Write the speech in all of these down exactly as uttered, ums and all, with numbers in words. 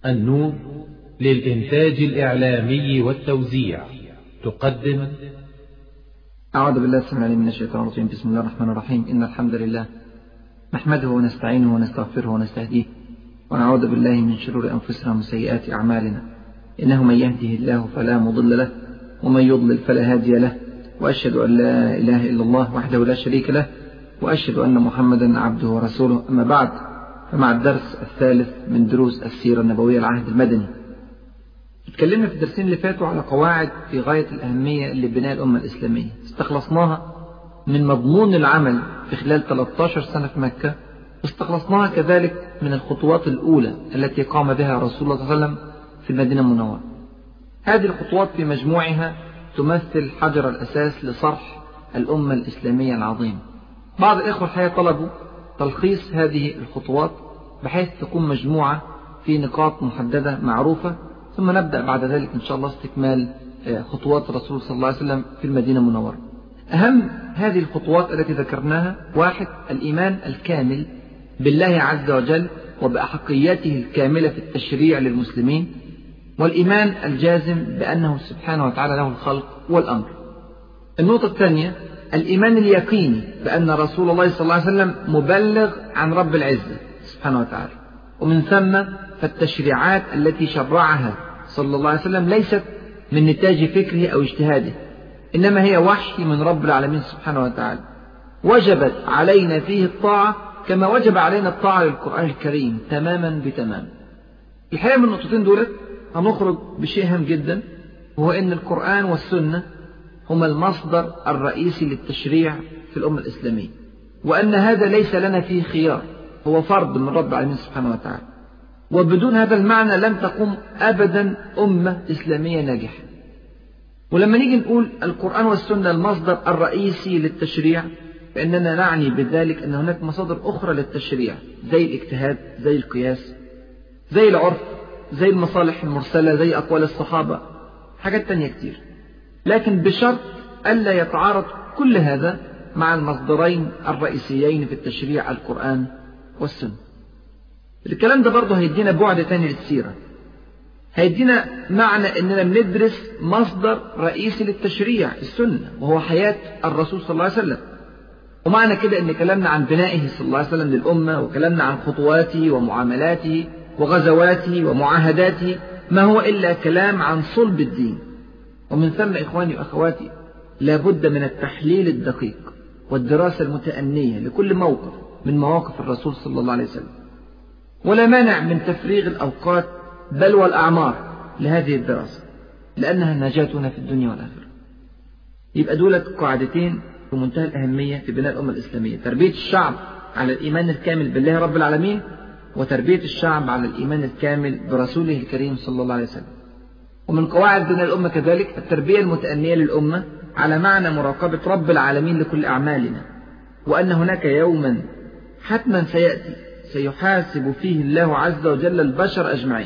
النور للإنتاج الإعلامي والتوزيع تقدم. أعوذ بالله السميع العليم من الشيطان الرجيم. بسم الله الرحمن الرحيم. إن الحمد لله نحمده ونستعينه ونستغفره ونستهديه ونعوذ بالله من شرور أنفسنا ومن سيئات أعمالنا، إنه من يهده الله فلا مضل له ومن يضلل فلا هادي له، وأشهد أن لا إله إلا الله وحده لا شريك له، وأشهد أن محمدا عبده ورسوله. أما بعد، فمع الدرس الثالث من دروس السيرة النبوية العهد المدني. اتكلمنا في الدرسين اللي فاتوا على قواعد في غاية الأهمية لبناء الأمة الإسلامية، استخلصناها من مضمون العمل في خلال ثلاثة عشر سنة في مكة، واستخلصناها كذلك من الخطوات الأولى التي قام بها رسول الله صلى الله عليه وسلم في المدينة المنورة. هذه الخطوات في مجموعها تمثل حجر الأساس لصرح الأمة الإسلامية العظيمة. بعض الإخوة الحقيقة طلبوا تلخيص هذه الخطوات بحيث تكون مجموعة في نقاط محددة معروفة، ثم نبدأ بعد ذلك إن شاء الله استكمال خطوات الرسول صلى الله عليه وسلم في المدينة المنورة. أهم هذه الخطوات التي ذكرناها: واحد، الإيمان الكامل بالله عز وجل وبأحقيته الكاملة في التشريع للمسلمين، والإيمان الجازم بأنه سبحانه وتعالى له الخلق والأمر. النقطة الثانية، الإيمان اليقيني بأن رسول الله صلى الله عليه وسلم مبلغ عن رب العزة سبحانه وتعالى، ومن ثم فالتشريعات التي شرعها صلى الله عليه وسلم ليست من نتاج فكره أو اجتهاده، إنما هي وحي من رب العالمين سبحانه وتعالى، وجبت علينا فيه الطاعة كما وجب علينا الطاعة للقرآن الكريم تماما بتمام. الحقيقة من النقطتين دولت هنخرج بشيء هام جدا، وهو أن القرآن والسنة هما المصدر الرئيسي للتشريع في الأمة الإسلامية، وأن هذا ليس لنا فيه خيار، هو فرض من رب العالمين سبحانه وتعالى. وبدون هذا المعنى لم تقوم أبدا أمة إسلامية ناجحة. ولما نيجي نقول القرآن والسنة المصدر الرئيسي للتشريع، فإننا نعني بذلك أن هناك مصادر أخرى للتشريع، زي الاجتهاد، زي القياس، زي العرف، زي المصالح المرسلة، زي أقوال الصحابة، حاجات تانية كتير، لكن بشرط ألا يتعارض كل هذا مع المصدرين الرئيسيين في التشريع، القرآن والسنة. الكلام ده برضه هيدينا بعد تاني للسيرة، هيدينا معنى أننا بندرس مصدر رئيسي للتشريع السنة، وهو حياة الرسول صلى الله عليه وسلم. ومعنى كده أن كلامنا عن بنائه صلى الله عليه وسلم للأمة، وكلامنا عن خطواته ومعاملاته وغزواته ومعاهداته، ما هو إلا كلام عن صلب الدين. ومن ثم إخواني وأخواتي لابد من التحليل الدقيق والدراسة المتأنية لكل موقف من مواقف الرسول صلى الله عليه وسلم، ولا مانع من تفريغ الأوقات بل والأعمار لهذه الدراسة، لأنها نجاتنا في الدنيا والآخرة. يبقى دولت قاعدتين في منتهى الأهمية في بناء الأمة الإسلامية: تربية الشعب على الإيمان الكامل بالله رب العالمين، وتربية الشعب على الإيمان الكامل برسوله الكريم صلى الله عليه وسلم. ومن قواعد بناء الأمة كذلك التربية المتأنية للأمة على معنى مراقبة رب العالمين لكل أعمالنا، وأن هناك يوما حتما سيأتي سيحاسب فيه الله عز وجل البشر أجمعين،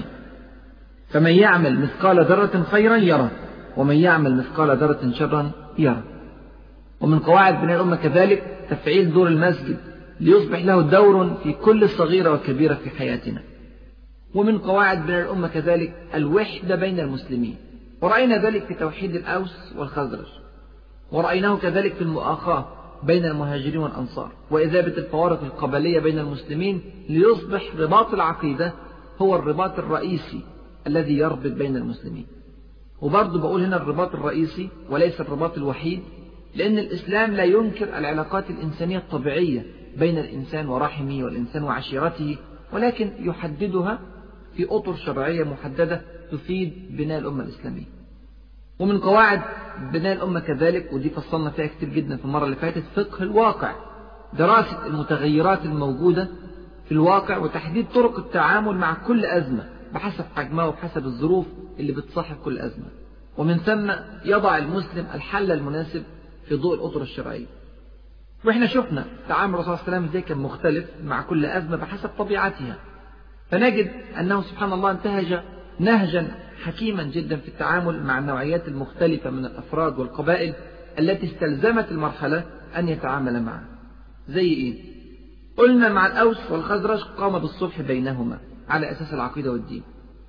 فمن يعمل مثقال ذرة خيرا يره، ومن يعمل مثقال ذرة شرا يره. ومن قواعد بناء الأمة كذلك تفعيل دور المسجد ليصبح له دور في كل صغيرة وكبيرة في حياتنا. ومن قواعد بناء الأمة كذلك الوحدة بين المسلمين، ورأينا ذلك في توحيد الأوس والخزرج، ورأيناه كذلك في المؤاخاة بين المهاجرين والأنصار، وإذابة الفوارق القبلية بين المسلمين، ليصبح رباط العقيدة هو الرباط الرئيسي الذي يربط بين المسلمين. وبرضه بقول هنا الرباط الرئيسي وليس الرباط الوحيد، لأن الإسلام لا ينكر العلاقات الإنسانية الطبيعية بين الإنسان ورحمه والإنسان وعشيرته، ولكن يحددها في أطر شرعية محددة تفيد بناء الأمة الإسلامية. ومن قواعد بناء الأمة كذلك، ودي فصلنا فيها كتير جدا في المرة اللي فاتت، فقه الواقع، دراسة المتغيرات الموجودة في الواقع، وتحديد طرق التعامل مع كل أزمة بحسب حجمها وبحسب الظروف اللي بتصاحب كل أزمة. ومن ثم يضع المسلم الحل المناسب في ضوء الأطر الشرعية. وإحنا شفنا تعامل الرسول صلى الله عليه وسلم ازاي كان مختلف مع كل أزمة بحسب طبيعتها، فنجد أنه سبحان الله انتهج نهجا حكيما جدا في التعامل مع النوعيات المختلفة من الأفراد والقبائل التي استلزمت المرحلة أن يتعامل معها. زي إيه؟ قلنا مع الأوس والخزرج قام بالصلح بينهما على أساس العقيدة والدين،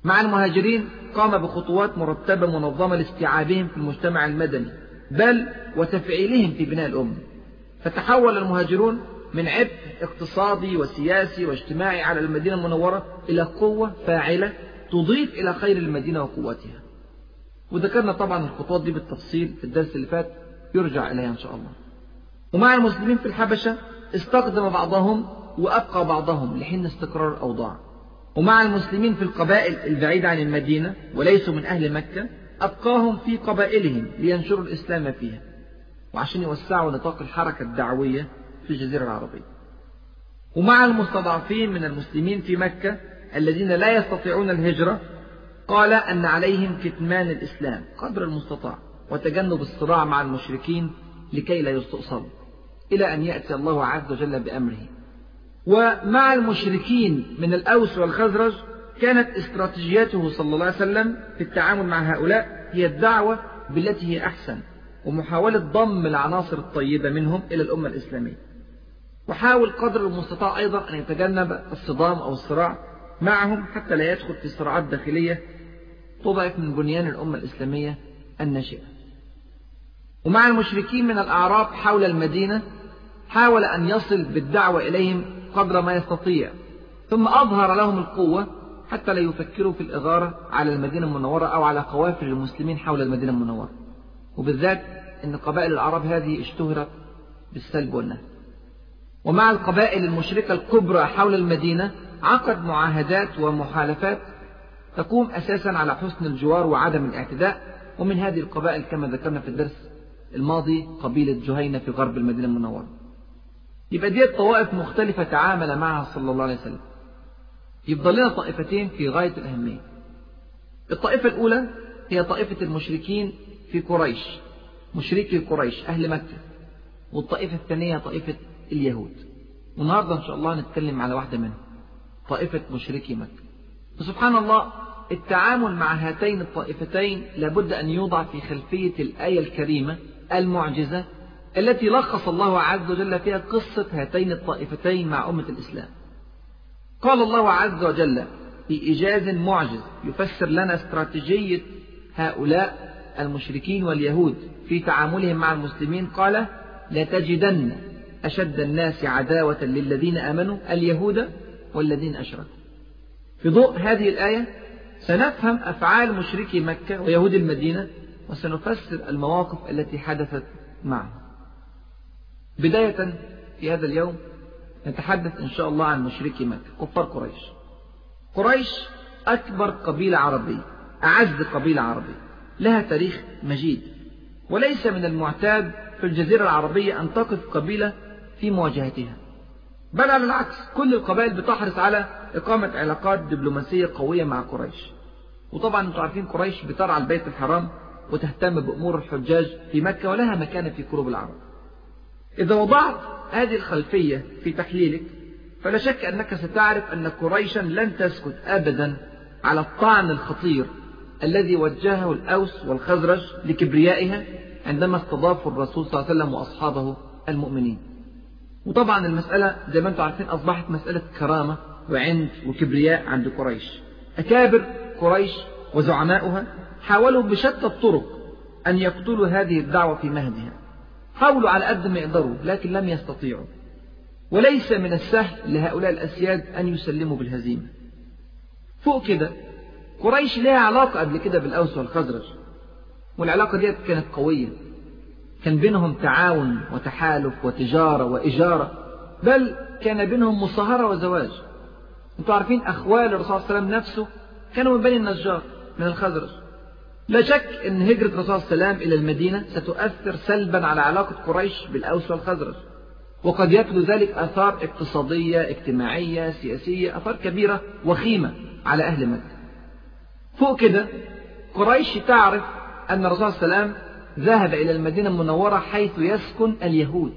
مع المهاجرين قام بخطوات مرتبة منظمة لاستيعابهم في المجتمع المدني بل وتفعيلهم في بناء الأمة، فتحول المهاجرون من عبء اقتصادي وسياسي واجتماعي على المدينة المنورة إلى قوة فاعلة تضيف إلى خير المدينة وقوتها. وذكرنا طبعا الخطوات دي بالتفصيل في الدرس اللي فات، يرجع إليها إن شاء الله. ومع المسلمين في الحبشة استقدم بعضهم وأبقى بعضهم لحين استقرار الأوضاع. ومع المسلمين في القبائل البعيدة عن المدينة وليسوا من أهل مكة أبقاهم في قبائلهم لينشروا الإسلام فيها وعشان يوسعوا نطاق الحركة الدعوية في الجزيرة العربية. ومع المستضعفين من المسلمين في مكة الذين لا يستطيعون الهجرة قال أن عليهم كتمان الإسلام قدر المستطاع وتجنب الصراع مع المشركين لكي لا يستؤصلوا إلى أن يأتي الله عز وجل بأمره. ومع المشركين من الأوس والخزرج كانت استراتيجيته صلى الله عليه وسلم في التعامل مع هؤلاء هي الدعوة بالتي هي أحسن ومحاولة ضم العناصر الطيبة منهم إلى الأمة الإسلامية. وحاول قدر المستطاع أيضا أن يتجنب الصدام أو الصراع معهم حتى لا يدخل في صراعات داخلية تضعف من بنيان الأمة الإسلامية الناشئة. ومع المشركين من الأعراب حول المدينة حاول أن يصل بالدعوة إليهم قدر ما يستطيع، ثم أظهر لهم القوة حتى لا يفكروا في الإغارة على المدينة المنورة أو على قوافل المسلمين حول المدينة المنورة، وبالذات أن قبائل العرب هذه اشتهرت بالسلب والنهب. ومع القبائل المشركة الكبرى حول المدينة عقد معاهدات ومحالفات تقوم أساسا على حسن الجوار وعدم الاعتداء. ومن هذه القبائل كما ذكرنا في الدرس الماضي قبيلة جهينة في غرب المدينة المنورة. يبقى دي طوائف مختلفة تعامل معها صلى الله عليه وسلم. يفضل لنا طائفتين في غاية الأهمية. الطائفة الأولى هي طائفة المشركين في قريش، مشركي قريش أهل مكة. والطائفة الثانية طائفة اليهود. والنهاردة إن شاء الله نتكلم على واحدة منهم، طائفة مشركي مكة. وسبحان الله التعامل مع هاتين الطائفتين لابد أن يوضع في خلفية الآية الكريمة المعجزة التي لخص الله عز وجل فيها قصة هاتين الطائفتين مع أمة الإسلام. قال الله عز وجل في إيجاز معجز يفسر لنا استراتيجية هؤلاء المشركين واليهود في تعاملهم مع المسلمين، قال: لتجدن أشد الناس عداوة للذين آمنوا اليهود والذين أشركوا. في ضوء هذه الآية سنفهم أفعال مشركي مكة ويهود المدينة وسنفسر المواقف التي حدثت معهم. بداية في هذا اليوم نتحدث إن شاء الله عن مشركي مكة كفار قريش. قريش أكبر قبيلة عربية، أعز قبيلة عربية، لها تاريخ مجيد، وليس من المعتاد في الجزيرة العربية أن تقف قبيلة في مواجهتها، بل على العكس كل القبائل بتحرص على إقامة علاقات دبلوماسية قوية مع قريش. وطبعا أنتم عارفين قريش بترعى البيت الحرام وتهتم بأمور الحجاج في مكة ولها مكانة في قلوب العرب. إذا وضعت هذه الخلفية في تحليلك فلا شك أنك ستعرف أن قريشا لن تسكت أبدا على الطعن الخطير الذي وجهه الأوس والخزرج لكبريائها عندما استضافوا الرسول صلى الله عليه وسلم وأصحابه المؤمنين. وطبعا المسألة زي ما أنتم عارفين أصبحت مسألة كرامة وعند وكبرياء عند قريش. أكابر قريش وزعماؤها حاولوا بشتى الطرق أن يقتلوا هذه الدعوة في مهدها، حاولوا على قد ما يقدروا لكن لم يستطيعوا. وليس من السهل لهؤلاء الأسياد أن يسلموا بالهزيمة. فوق كده قريش لها علاقة قبل كده بالأوس والخزرج، والعلاقة دي كانت قوية، كان بينهم تعاون وتحالف وتجارة وإجارة، بل كان بينهم مصاهرة وزواج. انتوا عارفين أخوال الرسول صلى الله عليه وسلم نفسه كانوا من بني النجار من الخزرج. لا شك أن هجرة الرسول صلى الله عليه وسلم إلى المدينة ستؤثر سلبا على علاقة قريش بالأوس والخزرج، وقد يتلو ذلك آثار اقتصادية اجتماعية سياسية، آثار كبيرة وخيمة على أهل مكة. فوق كده قريش تعرف أن الرسول صلى الله عليه وسلم ذهب إلى المدينة المنورة حيث يسكن اليهود.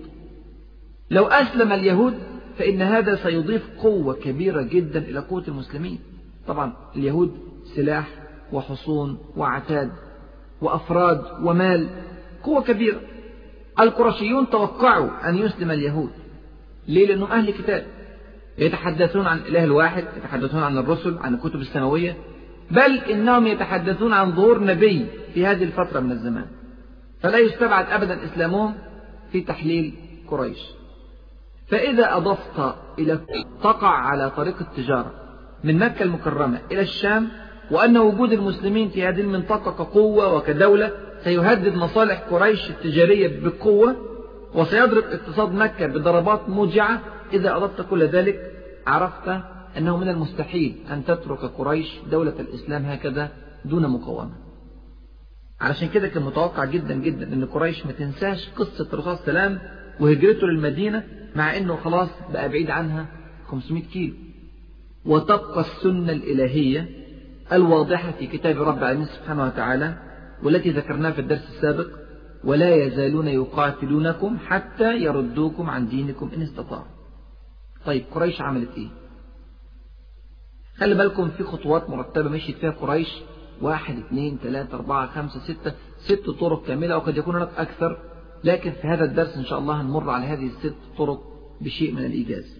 لو أسلم اليهود فإن هذا سيضيف قوة كبيرة جدا إلى قوة المسلمين. طبعا اليهود سلاح وحصون وعتاد وأفراد ومال، قوة كبيرة. القرشيون توقعوا أن يسلم اليهود. ليه؟ لأنهم أهل كتاب، يتحدثون عن الإله الواحد، يتحدثون عن الرسل، عن الكتب السماوية، بل إنهم يتحدثون عن ظهور نبي في هذه الفترة من الزمان، فلا يستبعد أبدا إسلامهم في تحليل قريش. فإذا أضفت إلى تقع على طريق التجارة من مكة المكرمة إلى الشام، وأن وجود المسلمين في هذه المنطقة كقوة وكدولة سيهدد مصالح قريش التجارية بقوة، وسيضرب اقتصاد مكة بضربات موجعة، إذا أضفت كل ذلك عرفت أنه من المستحيل أن تترك قريش دولة الإسلام هكذا دون مقاومة. علشان كده كان متوقع جدا جدا أن قريش ما تنساش قصة الرسول صلى الله عليه وسلم وهجرته للمدينة، مع أنه خلاص بقى بعيد عنها خمسمائة كيلو. وتبقى السنة الإلهية الواضحة في كتاب رب العالمين سبحانه وتعالى، والتي ذكرناها في الدرس السابق: ولا يزالون يقاتلونكم حتى يردوكم عن دينكم إن استطاعوا. طيب قريش عملت إيه؟ خلي بالكم في خطوات مرتبة مشيت فيها قريش، واحد اثنين ثلاثة أربعة خمسة ستة ست طرق كاملة، وقد يكون هناك أكثر، لكن في هذا الدرس إن شاء الله هنمر على هذه الست طرق بشيء من الإيجاز.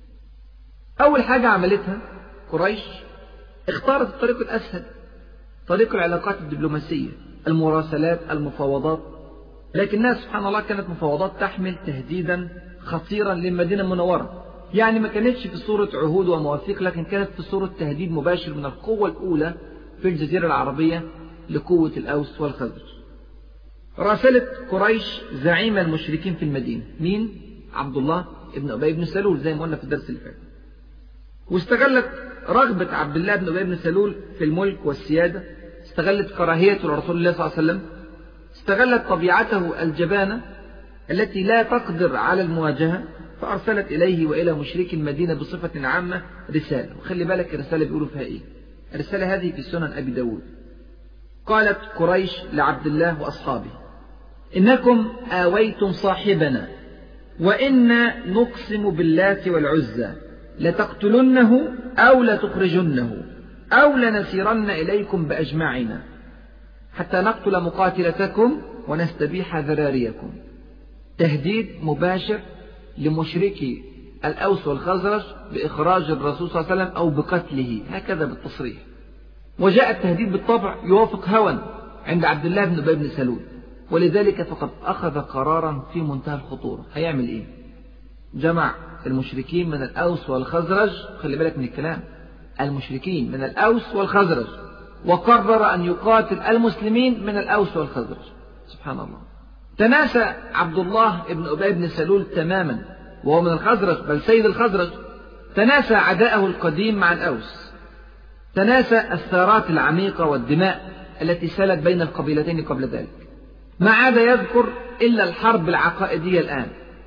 أول حاجة عملتها قريش اختارت الطريق الأسهل، طريق العلاقات الدبلوماسية، المراسلات، المفاوضات. لكنها سبحان الله كانت مفاوضات تحمل تهديدا خطيرا للمدينة المنورة، يعني ما كانتش في صورة عهود ومواثيق، لكن كانت في صورة تهديد مباشر من القوة الأولى في الجزيرة العربية لقوة الأوس والخزرج. راسلت قريش زعيم المشركين في المدينة، مين؟ عبد الله ابن أبي بن سلول، زي ما قلنا في الدرس اللي فات. واستغلت رغبة عبد الله بن أبي بن سلول في الملك والسيادة، استغلت كراهيته لرسول الله صلى الله عليه وسلم، استغلت طبيعته الجبانة التي لا تقدر على المواجهة، فأرسلت إليه وإلى مشركي المدينة بصفة عامة رسالة. وخلي بالك الرسالة بيقولوا فيها إيه؟ الرسالة هذه في سنن أبي داود. قالت قريش لعبد الله وأصحابه: إنكم آويتم صاحبنا، وإنا نقسم باللات والعزى لتقتلنه أو لتخرجنه أو لنسيرن إليكم بأجمعنا حتى نقتل مقاتلتكم ونستبيح ذراريكم. تهديد مباشر لمشركي الأوس والخزرج بإخراج الرسول صلى الله عليه وسلم أو بقتله، هكذا بالتصريح. وجاء التهديد بالطبع يوافق هوى عند عبد الله بن أبي بن سلول، ولذلك فقد أخذ قرارا في منتهى الخطورة. هيعمل إيه؟ جمع المشركين من الأوس والخزرج، خلي بالك من الكلام، المشركين من الأوس والخزرج، وقرر أن يقاتل المسلمين من الأوس والخزرج. سبحان الله. تناسى عبد الله بن أبي بن سلول تماما، وهو من الخزرج بل سيد الخزرج، تناسى عداءه القديم مع الأوس، تناسى الثارات العميقة والدماء التي سالت بين القبيلتين قبل ذلك، ما عاد يذكر إلا الحرب العقائدية الآن.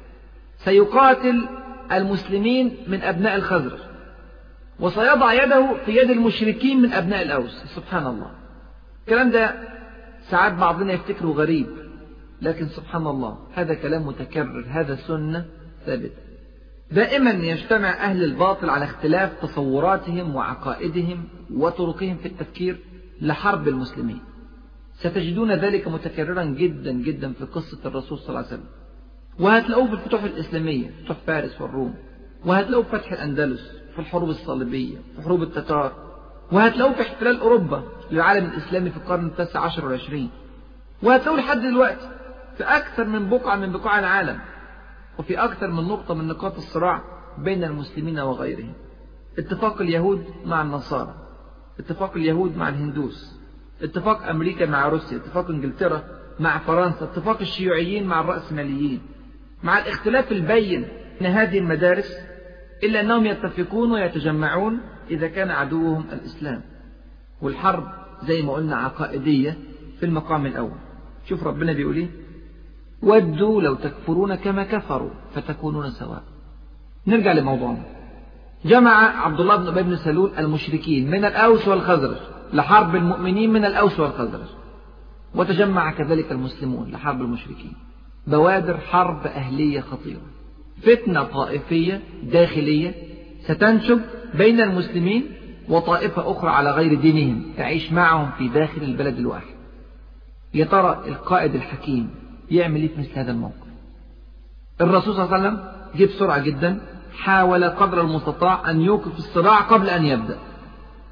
سيقاتل المسلمين من أبناء الخزرج، وسيضع يده في يد المشركين من أبناء الأوس. سبحان الله. الكلام ده ساعات بعضنا يفتكره غريب، لكن سبحان الله هذا كلام متكرر، هذا سنة ثابتة. دائما يجتمع أهل الباطل على اختلاف تصوراتهم وعقائدهم وطرقهم في التفكير لحرب المسلمين. ستجدون ذلك متكررا جدا جدا في قصة الرسول صلى الله عليه وسلم، وهتلاقوه في الفتوح الإسلامية، فتوح فارس والروم، وهتلاقوه في فتح الأندلس، في الحروب الصليبية، في حروب التتار، وهتلاقوه في احتلال أوروبا للعالم الإسلامي في القرن التاسع عشر والعشرين، وهتلاقوه لحد دلوقتي في أكثر من بقعة من بقاع العالم، وفي أكثر من نقطة من نقاط الصراع بين المسلمين وغيرهم. اتفاق اليهود مع النصارى، اتفاق اليهود مع الهندوس، اتفاق أمريكا مع روسيا، اتفاق إنجلترا مع فرنسا، اتفاق الشيوعيين مع الرأسماليين. مع الاختلاف البين بين هذه المدارس، إلا أنهم يتفقون ويتجمعون إذا كان عدوهم الإسلام. والحرب زي ما قلنا عقائدية في المقام الأول. شوف ربنا بيقول إيه: ودوا لو تكفرون كما كفروا فتكونون سواء. نرجع لموضوعنا. جمع عبد الله بن أبي بن سلول المشركين من الأوس والخزرج لحرب المؤمنين من الأوس والخزرج، وتجمع كذلك المسلمون لحرب المشركين. بوادر حرب أهلية خطيرة، فتنة طائفية داخلية ستنشب بين المسلمين وطائفة أخرى على غير دينهم تعيش معهم في داخل البلد الواحد. يا ترى القائد الحكيم يعمل ايه في مثل هذا الموقف؟ الرسول صلى الله عليه وسلم جه بسرعة جدا، حاول قدر المستطاع أن يوقف الصراع قبل أن يبدأ.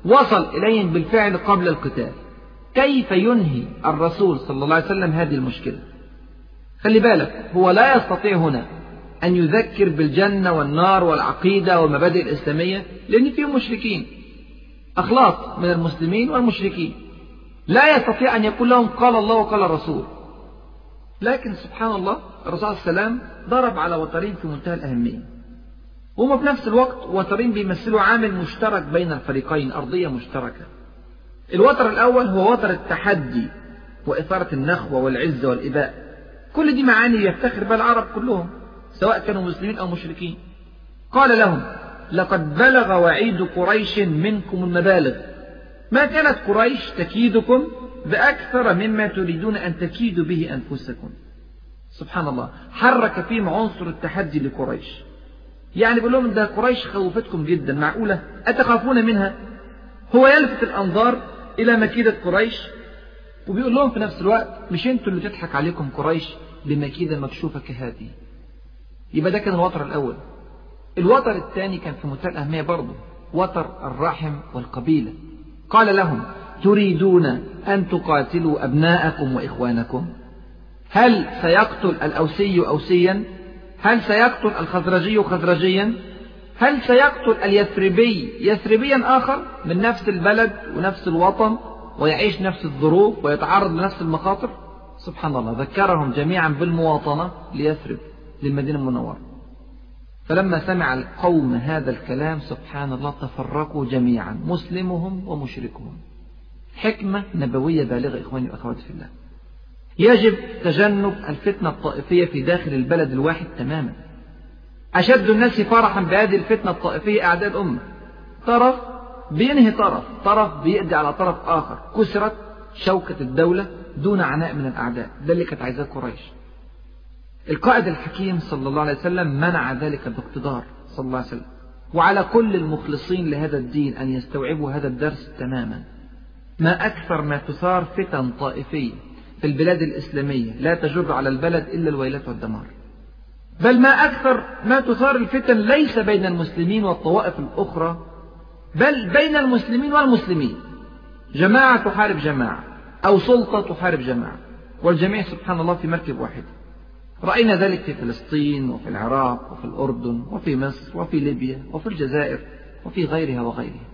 وصل إليهم بالفعل قبل القتال. كيف ينهي الرسول صلى الله عليه وسلم هذه المشكلة؟ خلي بالك، هو لا يستطيع هنا أن يذكر بالجنة والنار والعقيدة والمبادئ الإسلامية، لأن فيهم مشركين، أخلاق من المسلمين والمشركين. لا يستطيع أن يقول لهم قال الله وقال الرسول. لكن سبحان الله، الرسول صلى الله عليه وسلم ضرب على وترين في منتهى الأهمية، وهم في نفس الوقت وترين بيمثلوا عامل مشترك بين الفريقين، أرضية مشتركة. الوتر الأول هو وتر التحدي وإثارة النخوة والعزة والإباء. كل دي معاني يفتخر بها العرب كلهم، سواء كانوا مسلمين أو مشركين. قال لهم: لقد بلغ وعيد قريش منكم المبالغ، ما كانت قريش تكيدكم بأكثر مما تريدون أن تكيدوا به أنفسكم. سبحان الله، حرك فيهم عنصر التحدي لقريش. يعني بيقول لهم ده قريش خوفتكم جدا، معقولة أتخافون منها؟ هو يلفت الأنظار إلى مكيدة قريش، وبيقول لهم في نفس الوقت: مش انتوا اللي تضحك عليكم قريش بمكيدة مكشوفة كهذه. يبقى ده كان الوتر الأول. الوتر الثاني كان في منتهى الأهمية برضه، وتر الرحم والقبيلة. قال لهم: تريدون أن تقاتلوا أبناءكم وإخوانكم؟ هل سيقتل الأوسي أوسيا؟ هل سيقتل الخزرجي خزرجيا؟ هل سيقتل اليثربي يثربيا آخر من نفس البلد ونفس الوطن ويعيش نفس الظروف ويتعرض لنفس المخاطر؟ سبحان الله، ذكرهم جميعا بالمواطنة ليثرب، للمدينة المنورة. فلما سمع القوم هذا الكلام سبحان الله تفرقوا جميعا، مسلمهم ومشركهم. حكمة نبوية بالغة إخواني وأخواتي في الله. يجب تجنب الفتنة الطائفية في داخل البلد الواحد تماما. أشد الناس فرحا بهذه الفتنة الطائفية أعداء الأمة. طرف بينهي طرف، طرف بيقضي على طرف آخر، كسرت شوكة الدولة دون عناء من الأعداء. ده اللي كانت عايزاه قريش. القائد الحكيم صلى الله عليه وسلم منع ذلك باقتدار صلى الله عليه وسلم، وعلى كل المخلصين لهذا الدين أن يستوعبوا هذا الدرس تماما. ما أكثر ما تثار فتن طائفية في البلاد الإسلامية لا تجر على البلد إلا الويلات والدمار. بل ما أكثر ما تثار الفتن ليس بين المسلمين والطوائف الأخرى، بل بين المسلمين والمسلمين. جماعة تحارب جماعة، أو سلطة تحارب جماعة، والجميع سبحان الله في مركب واحد. رأينا ذلك في فلسطين وفي العراق وفي الأردن وفي مصر وفي ليبيا وفي الجزائر وفي غيرها وغيرها.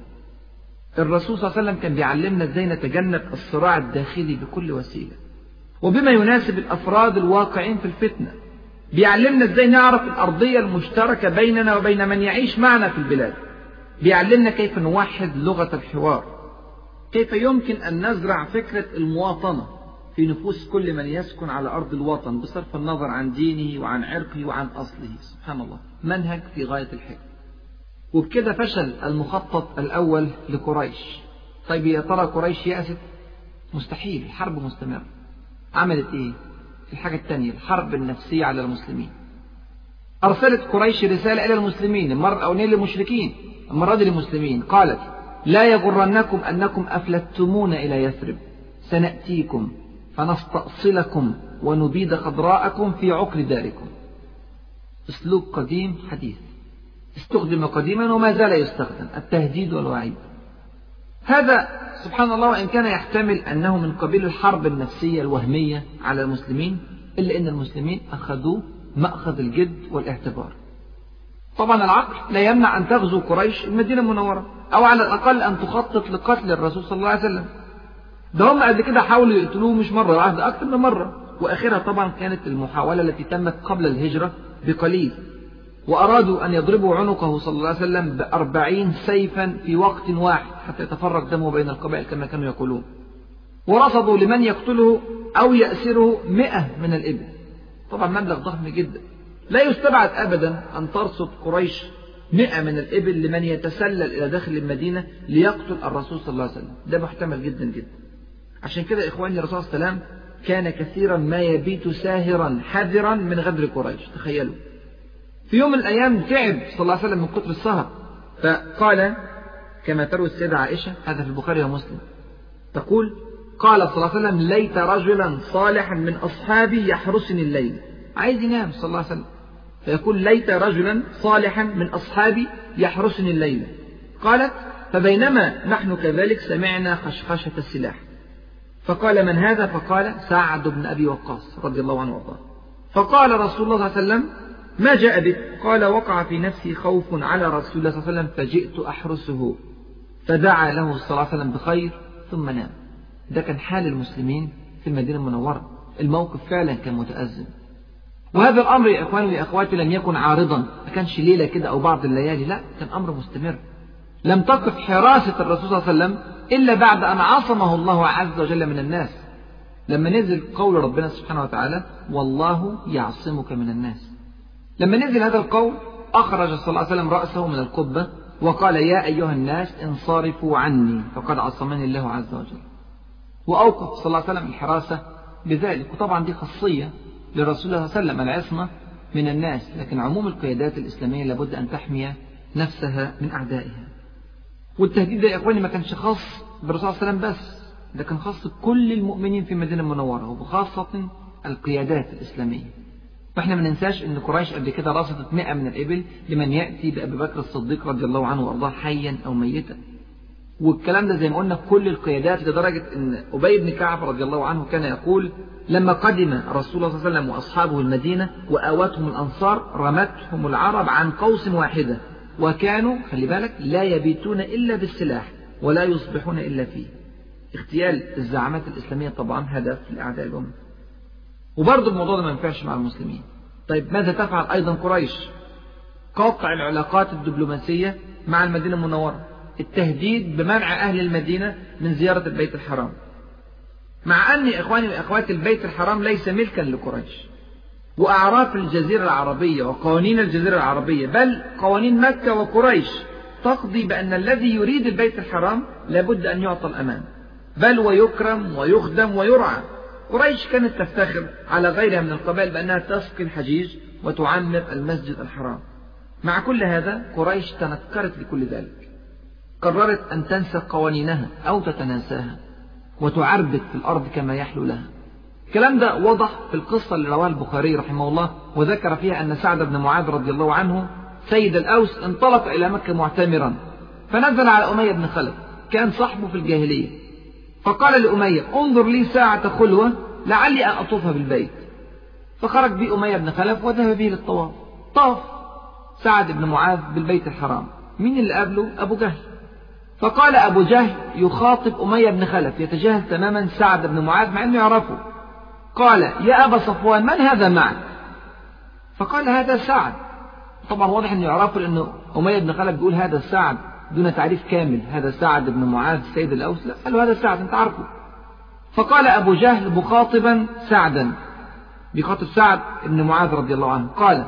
الرسول صلى الله عليه وسلم كان بيعلمنا ازاي نتجنب الصراع الداخلي بكل وسيلة، وبما يناسب الأفراد الواقعين في الفتنة. بيعلمنا ازاي نعرف الأرضية المشتركة بيننا وبين من يعيش معنا في البلاد. بيعلمنا كيف نوحد لغة الحوار، كيف يمكن أن نزرع فكرة المواطنة في نفوس كل من يسكن على أرض الوطن بصرف النظر عن دينه وعن عرقه وعن أصله. سبحان الله، منهج في غاية الحكمة. وبكده فشل المخطط الأول لقريش. طيب يا ترى قريش يأست؟ مستحيل، الحرب مستمرة. عملت إيه؟ الحاجة الثانية، الحرب النفسية على المسلمين. أرسلت قريش رسالة إلى المسلمين، المرة الأولانية للمشركين، المرة دي للمسلمين. قالت: لا يغرنكم أنكم أفلتمون إلى يثرب، سنأتيكم فنستأصلكم ونبيد خضراءكم في عقر داركم. أسلوب قديم حديث، استخدم قديما وما زال يستخدم، التهديد والوعيد. هذا سبحان الله وإن كان يحتمل أنه من قبيل الحرب النفسية الوهمية على المسلمين، إلا أن المسلمين أخذوه مأخذ الجد والاعتبار. طبعا العقل لا يمنع أن تغزو قريش المدينة المنورة، أو على الأقل أن تخطط لقتل الرسول صلى الله عليه وسلم. ده هم قبل كده حاولوا يقتلوه مش مرة واحدة، أكثر من مرة، وآخرها طبعا كانت المحاولة التي تمت قبل الهجرة بقليل. وأرادوا أن يضربوا عنقه صلى الله عليه وسلم بأربعين سيفا في وقت واحد حتى يتفرق دمه بين القبائل كما كانوا يقولون. ورصدوا لمن يقتله أو يأسره مئة من الإبل، طبعا مبلغ ضخم جدا. لا يستبعد أبدا أن ترصد قريش مئة من الإبل لمن يتسلل إلى داخل المدينة ليقتل الرسول صلى الله عليه وسلم. ده محتمل جدا جدا. عشان كده إخواني الرسول صلى الله عليه وسلم كان كثيرا ما يبيت ساهرا حذرا من غدر قريش. تخيلوا، في يوم من الأيام تعب صلى الله عليه وسلم من كتر السهر، فقال كما تروي السيدة عائشة، هذا في البخاري ومسلم، تقول: قال صلى الله عليه وسلم: ليت رجلا صالحا من أصحابي يحرسني الليل. عايز ينام صلى الله عليه وسلم، فيقول: ليت رجلا صالحا من أصحابي يحرسني الليل. قالت: فبينما نحن كذلك سمعنا خشخشة السلاح، فقال: من هذا؟ فقال: سعد بن أبي وقاص رضي الله عنه وارضاه. فقال رسول الله صلى الله عليه وسلم: ما جاء بك؟ قال: وقع في نفسي خوف على رسول الله صلى الله عليه وسلم فجئت أحرسه، فدعا له صلى الله عليه وسلم بخير ثم نام. ده كان حال المسلمين في المدينة المنورة. الموقف فعلا كان متأزم، وهذا الأمر يا إخواني ويا أخواتي لم يكن عارضا، ما كانش ليلة كده أو بعض الليالي، لا، كان أمر مستمر. لم تقف حراسة الرسول صلى الله عليه وسلم إلا بعد أن عصمه الله عز وجل من الناس، لما نزل قول ربنا سبحانه وتعالى: والله يعصمك من الناس. لما نزل هذا القول أخرج صلى الله عليه وسلم رأسه من القبة وقال: يا أيها الناس انصرفوا عني فقد عصمني الله عز وجل. وأوقف صلى الله عليه وسلم الحراسة بذلك. وطبعا دي خاصية للرسول صلى الله عليه وسلم، العصمة من الناس، لكن عموم القيادات الإسلامية لابد أن تحمي نفسها من أعدائها. والتهديد ده يا إخواني ما كانش خاص بالرسول صلى الله عليه وسلم بس، ده كان خاص بكل المؤمنين في المدينة المنورة، وبخاصة القيادات الإسلامية. فإحنا ما ننساش أن قريش قبل كده رصدت مئة من الإبل لمن يأتي بأبي بكر الصديق رضي الله عنه وأرضاه حيا أو ميتا. والكلام ده زي ما قلنا كل القيادات، لدرجة أن أبي بن كعب رضي الله عنه كان يقول: لما قدم رسول الله صلى الله عليه وسلم وأصحابه المدينة وآوتهم الأنصار رمتهم العرب عن قوس واحدة، وكانوا خلي بالك لا يبيتون إلا بالسلاح ولا يصبحون إلا فيه. اغتيال الزعامات الإسلامية طبعا هدف لأعداء الأمة. وبرضه الموضوع ده ما ينفعش مع المسلمين. طيب ماذا تفعل أيضا قريش؟ قطع العلاقات الدبلوماسية مع المدينة المنورة، التهديد بمنع أهل المدينة من زيارة البيت الحرام، مع أن إخواني وأخواتي البيت الحرام ليس ملكا لقريش، وأعراف الجزيرة العربية وقوانين الجزيرة العربية بل قوانين مكة وقريش تقضي بأن الذي يريد البيت الحرام لابد أن يعطى الأمان، بل ويكرم ويخدم ويرعى. قريش كانت تفتخر على غيرها من القبائل بأنها تسقي الحجيج وتعمر المسجد الحرام. مع كل هذا قريش تنكرت لكل ذلك، قررت أن تنسى قوانينها أو تتناساها وتعربد في الأرض كما يحلو لها. الكلام ده وضح في القصة اللي رواها البخاري رحمه الله، وذكر فيها أن سعد بن معاذ رضي الله عنه سيد الأوس انطلق إلى مكة معتمرا، فنزل على أمية بن خلف كان صاحبه في الجاهلية، فقال لأمية: انظر لي ساعة خلوة لعلي أن أطوف بالبيت. فخرج بي أمية بن خلف وذهب به للطواف. طاف سعد بن معاذ بالبيت الحرام، مين اللي قابله؟ أبو جهل. فقال أبو جهل يخاطب أمية بن خلف يتجاهل تماما سعد بن معاذ مع أنه يعرفه، قال: يا أبا صفوان من هذا معك؟ فقال: هذا سعد. طبعا واضح أنه يعرفه لأنه أمية بن خلف بيقول هذا سعد دون تعريف كامل، هذا سعد بن معاذ سيد الأوس، لا، قال له هذا سعد أنت عارفه. فقال أبو جهل مخاطبا سعدا، بيخاطب سعد بن معاذ رضي الله عنه، قال: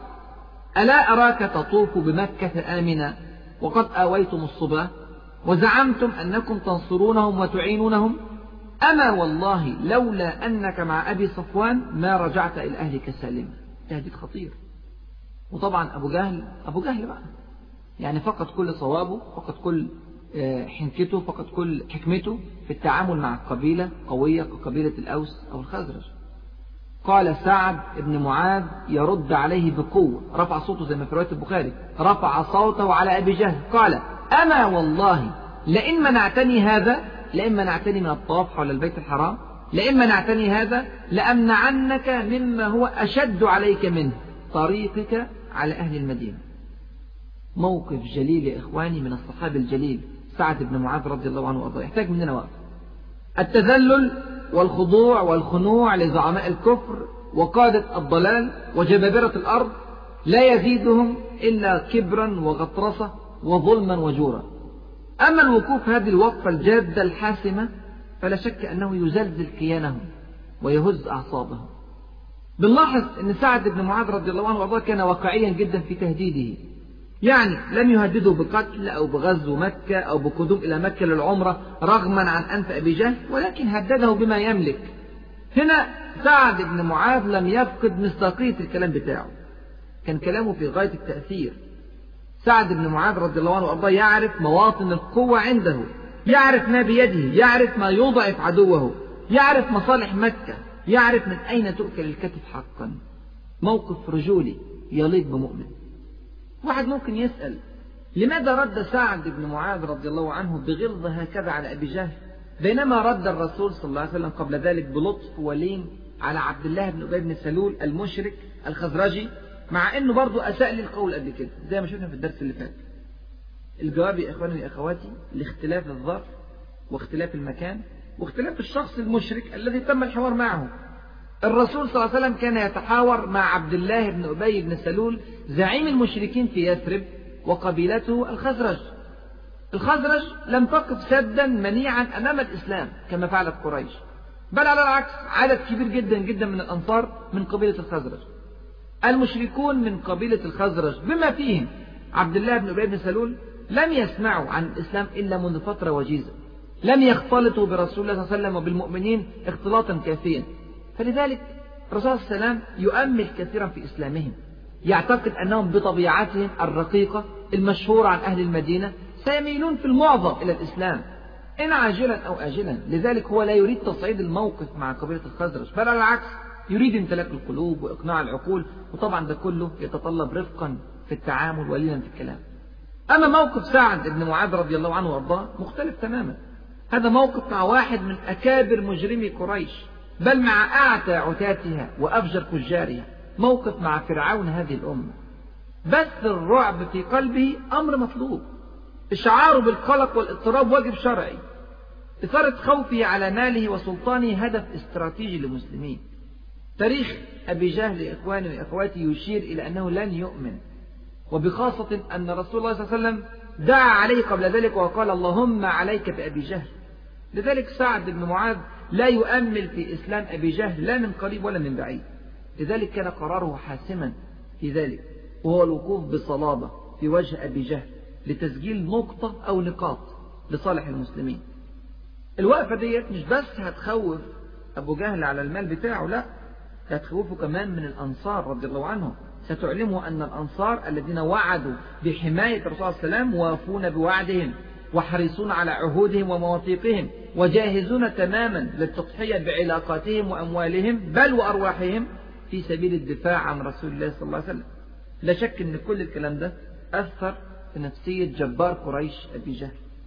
ألا أراك تطوف بمكة آمنا وقد آويتم الصبا وزعمتم أنكم تنصرونهم وتعينونهم؟ أما والله لولا أنك مع أبي صفوان ما رجعت إلى أهلك سالما. تهديد خطير. وطبعا أبو جهل أبو جهل بقى يعني فقد كل صوابه، فقد كل حنكته، فقد كل حكمته في التعامل مع قبيلة قوية كقبيلة الأوس أو الخزرج. قال سعد بن معاذ يرد عليه بقوة، رفع صوته زي ما في رواية البخاري، رفع صوته على أبي جهل، قال: أما والله لئن منعتني هذا، لئن منعتني من الطواف حول البيت الحرام، لئن منعتني هذا لأمنعنك مما هو أشد عليك منه، طريقك على أهل المدينة. موقف جليل يا إخواني من الصحابي الجليل سعد بن معاذ رضي الله عنه وأرضاه، يحتاج مننا وقت. التذلل والخضوع والخنوع لزعماء الكفر وقادة الضلال وجبابرة الأرض لا يزيدهم إلا كبرا وغطرسة وظلما وجورا. أما الوقوف هذه الوقفة الجادة الحاسمة فلا شك أنه يزلزل كيانهم ويهز أعصابهم. بنلاحظ أن سعد بن معاذ رضي الله عنه وأرضاه كان واقعيا جدا في تهديده، يعني لم يهدده بقتل أو بغزو مكة أو بقدوم إلى مكة للعمرة رغما عن أنف أبي جهل، ولكن هدده بما يملك. هنا سعد بن معاذ لم يفقد مصداقية الكلام بتاعه، كان كلامه في غاية التأثير. سعد بن معاذ رضي الله عنه وأرضاه يعرف مواطن القوة عنده، يعرف ما بيده، يعرف ما يضعف عدوه، يعرف مصالح مكة، يعرف من أين تؤكل الكتف حقا. موقف رجولي يليق بمؤمن. واحد ممكن يسأل لماذا رد سعد بن معاذ رضي الله عنه بغلظة هكذا على أبي جهل، بينما رد الرسول صلى الله عليه وسلم قبل ذلك بلطف ولين على عبد الله بن أبي بن سلول المشرك الخزرجي، مع أنه برضو أساء لي القول قبل كده زي ما شفنا في الدرس اللي فات؟ الجواب يا إخواني وأخواتي لاختلاف الظرف واختلاف المكان واختلاف الشخص المشرك الذي تم الحوار معه. الرسول صلى الله عليه وسلم كان يتحاور مع عبد الله بن أبي بن سلول زعيم المشركين في يثرب وقبيلته الخزرج. الخزرج لم تقف سدا منيعا أمام الإسلام كما فعلت قريش، بل على العكس عدد كبير جدا جدا من الأنصار من قبيلة الخزرج. المشركون من قبيلة الخزرج بما فيهم عبد الله بن أبي بن سلول لم يسمعوا عن الإسلام إلا منذ فترة وجيزة، لم يختلطوا برسول الله صلى الله عليه وسلم وبالمؤمنين اختلاطا كافيا، فلذلك الرسول صلى الله عليه وسلم يؤمل كثيرا في إسلامهم، يعتقد أنهم بطبيعتهم الرقيقة المشهورة عن أهل المدينة سيميلون في المعظم إلى الإسلام إن عاجلا أو آجلا. لذلك هو لا يريد تصعيد الموقف مع قبيلة الخزرج، بل على العكس يريد امتلاك القلوب وإقناع العقول، وطبعا ده كله يتطلب رفقا في التعامل ولينا في الكلام. أما موقف سعد بن معاذ رضي الله عنه وارضاه مختلف تماما. هذا موقف مع واحد من أكابر مجرمي قريش، بل مع أعتى عتاتها وأفجر فجارها، موقف مع فرعون هذه الأمة. بث الرعب في قلبه أمر مطلوب، إشعاره بالقلق والاضطراب واجب شرعي، إثارة خوفه على ماله وسلطانه هدف استراتيجي للمسلمين. تاريخ أبي جهل إخواني وأخواتي يشير إلى أنه لن يؤمن، وبخاصة أن رسول الله صلى الله عليه وسلم دعا عليه قبل ذلك وقال اللهم عليك بأبي جهل. لذلك سعد بن معاذ لا يؤمل في إسلام أبي جهل لا من قريب ولا من بعيد. لذلك كان قراره حاسما في ذلك، وهو الوقوف بصلابة في وجه أبي جهل لتسجيل نقطة أو نقاط لصالح المسلمين. الوقفة ديت مش بس هتخوف أبو جهل على المال بتاعه، لا، هتخوفه كمان من الأنصار رضي الله عنهم. ستعلمه أن الأنصار الذين وعدوا بحماية الرسول صلى الله عليه وسلم وافون بوعدهم وحريصون على عهودهم ومواثيقهم وجاهزون تماما للتضحية بعلاقاتهم وأموالهم بل وأرواحهم في سبيل الدفاع عن رسول الله صلى الله عليه وسلم. لا شك أن كل الكلام ده أثر في نفسية جبار قريش أبي جهل.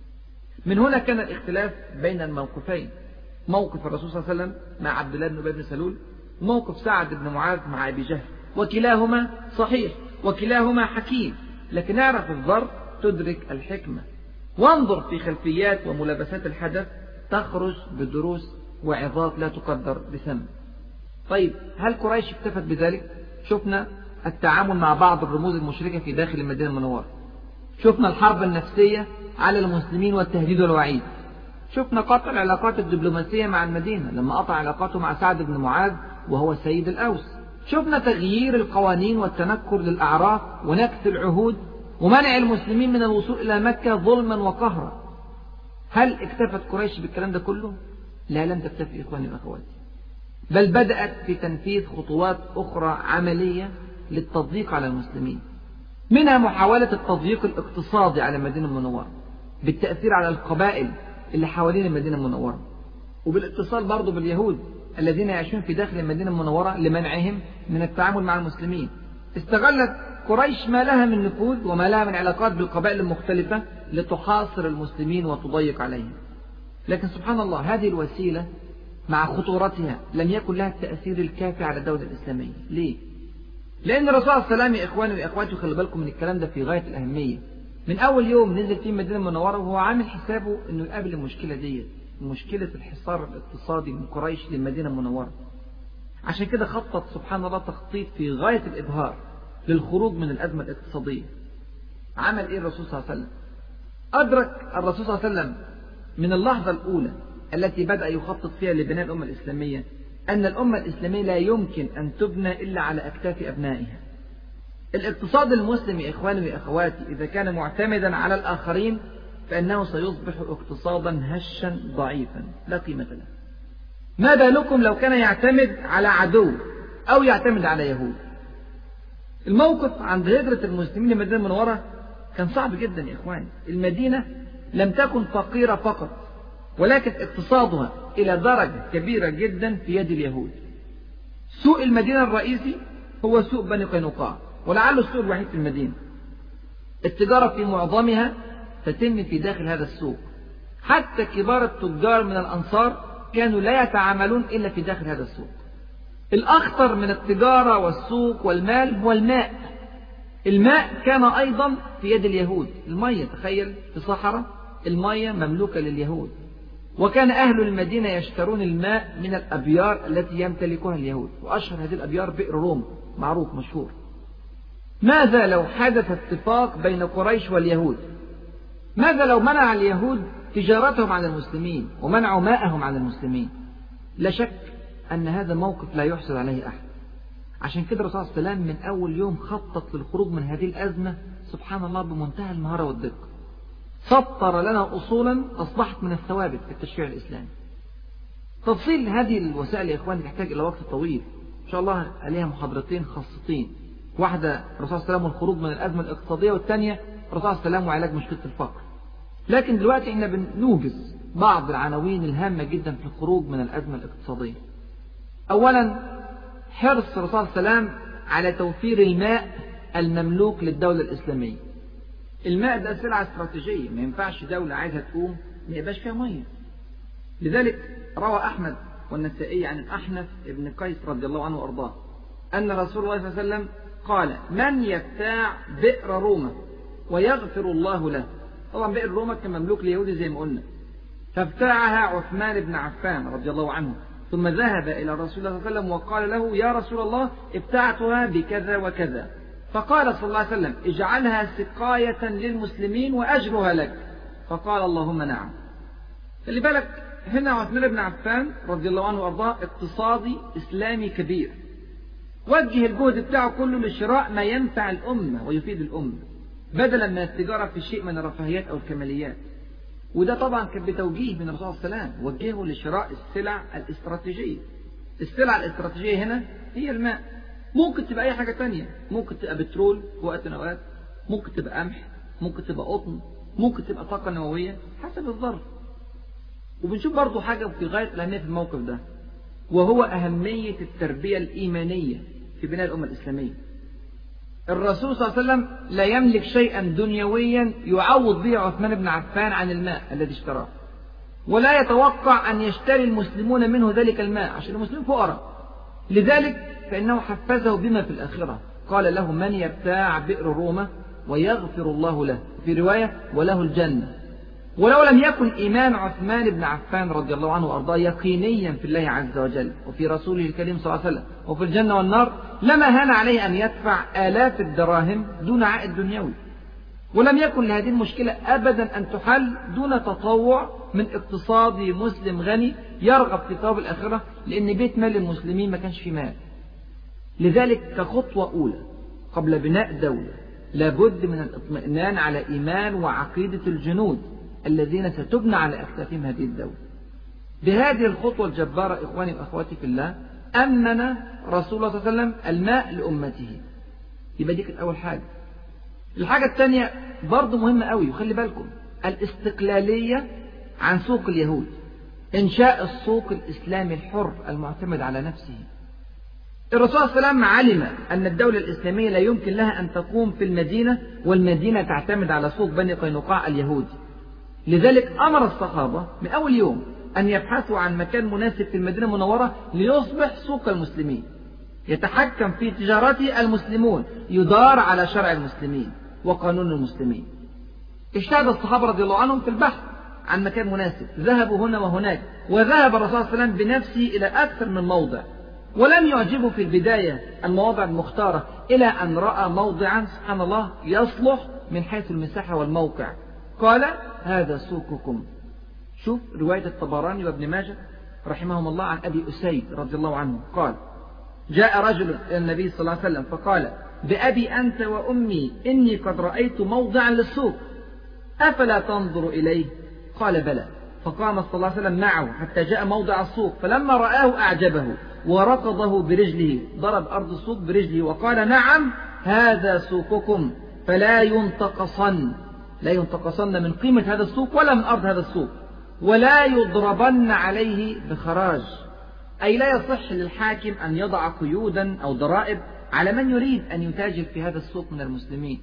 من هنا كان الاختلاف بين الموقفين، موقف الرسول صلى الله عليه وسلم مع عبد الله بن أبي بن سلول، وموقف سعد بن معاذ مع أبي جهل، وكلاهما صحيح وكلاهما حكيم، لكن اعرف الظرف تدرك الحكمة، وانظر في خلفيات وملابسات الحدث تخرج بدروس وعظات لا تقدر بثمن. طيب هل قريش اكتفت بذلك؟ شفنا التعامل مع بعض الرموز المشركة في داخل المدينة المنورة، شفنا الحرب النفسية على المسلمين والتهديد والوعيد، شفنا قطع العلاقات الدبلوماسية مع المدينة لما قطع علاقاته مع سعد بن معاذ وهو سيد الأوس، شفنا تغيير القوانين والتنكر للأعراف ونكث العهود ومنع المسلمين من الوصول إلى مكة ظلما وقهرا. هل اكتفت قريش بالكلام ده كله؟ لا، لم تكتفي إخواني وأخواتي، بل بدأت في تنفيذ خطوات أخرى عملية للتضييق على المسلمين، منها محاولة التضييق الاقتصادي على المدينة المنورة بالتأثير على القبائل اللي حوالين المدينة المنورة، وبالاتصال برضو باليهود الذين يعيشون في داخل المدينة المنورة لمنعهم من التعامل مع المسلمين. استغلت قريش ما لها من نفوذ وما لها من علاقات بالقبائل المختلفة لتحاصر المسلمين وتضيق عليهم. لكن سبحان الله هذه الوسيلة مع خطورتها لم يكن لها التأثير الكافي على الدولة الإسلامية. ليه؟ لأن الرسول صلى الله عليه وسلم يا إخواني وأخواتي خلي بالكم من الكلام ده في غاية الأهمية، من أول يوم نزل فيه المدينة المنورة وهو عامل حسابه إنه يقابل المشكلة دي، مشكلة الحصار الاقتصادي من قريش للمدينة المنورة. عشان كده خطط سبحان الله تخطيط في غاية الإبهار للخروج من الأزمة الاقتصادية. عمل إيه الرسول صلى الله عليه وسلم؟ أدرك الرسول صلى الله عليه وسلم من اللحظة الأولى التي بدأ يخطط فيها لبناء الأمة الإسلامية أن الأمة الإسلامية لا يمكن أن تبنى إلا على أكتاف أبنائها. الاقتصاد المسلم يا إخواني وأخواتي إذا كان معتمدا على الآخرين فإنه سيصبح اقتصادا هشا ضعيفا لا قيمة له. ما بالكم لو كان يعتمد على عدو أو يعتمد على يهود؟ الموقف عند هجرة المسلمين للمدينة المنورة كان صعب جدا يا إخواني. المدينة لم تكن فقيرة فقط، ولكن اقتصادها إلى درجة كبيرة جدا في يد اليهود. سوق المدينة الرئيسي هو سوق بني قينقاع، ولعله السوق الوحيد في المدينة. التجارة في معظمها تتم في داخل هذا السوق، حتى كبار التجار من الأنصار كانوا لا يتعاملون إلا في داخل هذا السوق. الأخطر من التجارة والسوق والمال هو الماء. الماء كان أيضا في يد اليهود. المية، تخيل في صحراء المية مملوكة لليهود، وكان أهل المدينة يشترون الماء من الأبيار التي يمتلكها اليهود، وأشهر هذه الأبيار بئر روما، معروف مشهور. ماذا لو حدث اتفاق بين قريش واليهود؟ ماذا لو منع اليهود تجارتهم عن المسلمين ومنعوا ماءهم عن المسلمين؟ لا شك أن هذا موقف لا يحسد عليه أحد. عشان كده الرسول صلى الله عليه وسلم من أول يوم خطط للخروج من هذه الأزمة سبحان الله بمنتهى المهارة والدقة. سطر لنا أصولا أصبحت من الثوابت في التشريع الإسلامي. تفصيل هذه الوسائل يا إخواني تحتاج إلى وقت طويل، إن شاء الله عليها محاضرتين خاصتين، واحدة الرسول صلى الله عليه وسلم والخروج من الأزمة الاقتصادية، والثانية الرسول صلى الله عليه وسلم وعلاج مشكلة الفقر. لكن دلوقتي احنا بنوجز بعض العناوين الهامة جدا في الخروج من الأزمة الاقتصادية. أولا، حرص الرسول صلى الله عليه وسلم على توفير الماء المملوك للدولة الإسلامية. الماء ده سلعة استراتيجية، ما ينفعش دولة عايزة تقوم ما يبقاش فيها مية. لذلك روى أحمد والنسائي عن الأحنف ابن قيس رضي الله عنه وأرضاه أن رسول الله صلى الله عليه وسلم قال: من يبتاع بئر روما ويغفر الله له. طبعا بئر روما كان مملوك ليهودي زي ما قلنا، فابتاعها عثمان بن عفان رضي الله عنه، ثم ذهب إلى رسول الله صلى الله عليه وسلم وقال له: يا رسول الله ابتعتها بكذا وكذا. فقال صلى الله عليه وسلم: اجعلها سقاية للمسلمين وأجرها لك. فقال: اللهم نعم. خلي بالك هنا عثمان بن عفان رضي الله عنه وأرضاه اقتصادي إسلامي كبير، وجه الجهد بتاعه كله لشراء ما ينفع الأمة ويفيد الأمة بدلا من التجارة في شيء من الرفاهيات أو الكماليات. وده طبعا كان بتوجيه من الرسول صلى الله عليه وسلم، وجهه لشراء السلع الاستراتيجية. السلع الاستراتيجية هنا هي الماء، ممكن تبقى أي حاجة تانية، ممكن تبقى بترول في وقت نوات، ممكن تبقى قمح، ممكن تبقى قطن، ممكن تبقى طاقة نووية حسب الظرف. وبنشوف برضو حاجة في غاية الأهمية في الموقف ده، وهو أهمية التربية الإيمانية في بناء الأمة الإسلامية. الرسول صلى الله عليه وسلم لا يملك شيئا دنيويا يعوض به عثمان بن عفان عن الماء الذي اشتراه، ولا يتوقع أن يشتري المسلمون منه ذلك الماء عشان المسلمين فقراء. لذلك فإنه حفزه بما في الآخرة، قال له: من يبتاع بئر روما ويغفر الله له، في رواية وله الجنة. ولو لم يكن إيمان عثمان بن عفان رضي الله عنه وأرضاه يقينيا في الله عز وجل وفي رسوله الكريم صلى الله عليه وسلم وفي الجنة والنار، لما هان عليه أن يدفع آلاف الدراهم دون عائد دنيوي. ولم يكن لهذه المشكلة أبدا أن تحل دون تطوع من اقتصادي مسلم غني يرغب في ثواب الآخرة، لأن بيت مال المسلمين ما كانش فيه مال. لذلك كخطوة أولى قبل بناء دولة لابد من الاطمئنان على إيمان وعقيدة الجنود الذين ستبنى على أكتافهم هذه الدولة. بهذه الخطوة الجبارة إخواني وأخواتي في الله أمن رسول الله صلى الله عليه وسلم الماء لأمته. يبقى دي كانت أول حاجة. الحاجة الثانية برضو مهمة قوي، وخلي بالكم، الاستقلالية عن سوق اليهود، إنشاء السوق الإسلامي الحر المعتمد على نفسه. الرسول صلى الله عليه وسلم علم أن الدولة الإسلامية لا يمكن لها أن تقوم في المدينة والمدينة تعتمد على سوق بني قينقاع اليهودي. لذلك أمر الصحابة من أول يوم أن يبحثوا عن مكان مناسب في المدينة المنورة ليصبح سوق المسلمين، يتحكم في تجارته المسلمون، يدار على شرع المسلمين وقانون المسلمين. اجتهد الصحابة رضي الله عنهم في البحث عن مكان مناسب، ذهبوا هنا وهناك، وذهب الرسول صلى الله عليه وسلم بنفسه إلى أكثر من موضع، ولم يعجبه في البداية المواضع المختارة، إلى أن رأى موضعا سبحان الله يصلح من حيث المساحة والموقع، قال: هذا سوقكم. شوف رواية الطبراني وابن ماجه رحمهم الله عن أبي أسيد رضي الله عنه قال: جاء رجل إلى النبي صلى الله عليه وسلم فقال: بأبي أنت وأمي إني قد رأيت موضعا للسوق، أفلا تنظر إليه؟ قال: بلى. فقام صلى الله عليه وسلم معه حتى جاء موضع السوق، فلما رآه أعجبه وركضه برجله، ضرب أرض السوق برجله وقال: نعم هذا سوقكم، فلا ينتقصن لا ينتقصن من قيمة هذا السوق ولا من أرض هذا السوق، ولا يضربن عليه بخراج، أي لا يصح للحاكم أن يضع قيودا أو ضرائب على من يريد أن يتاجر في هذا السوق من المسلمين.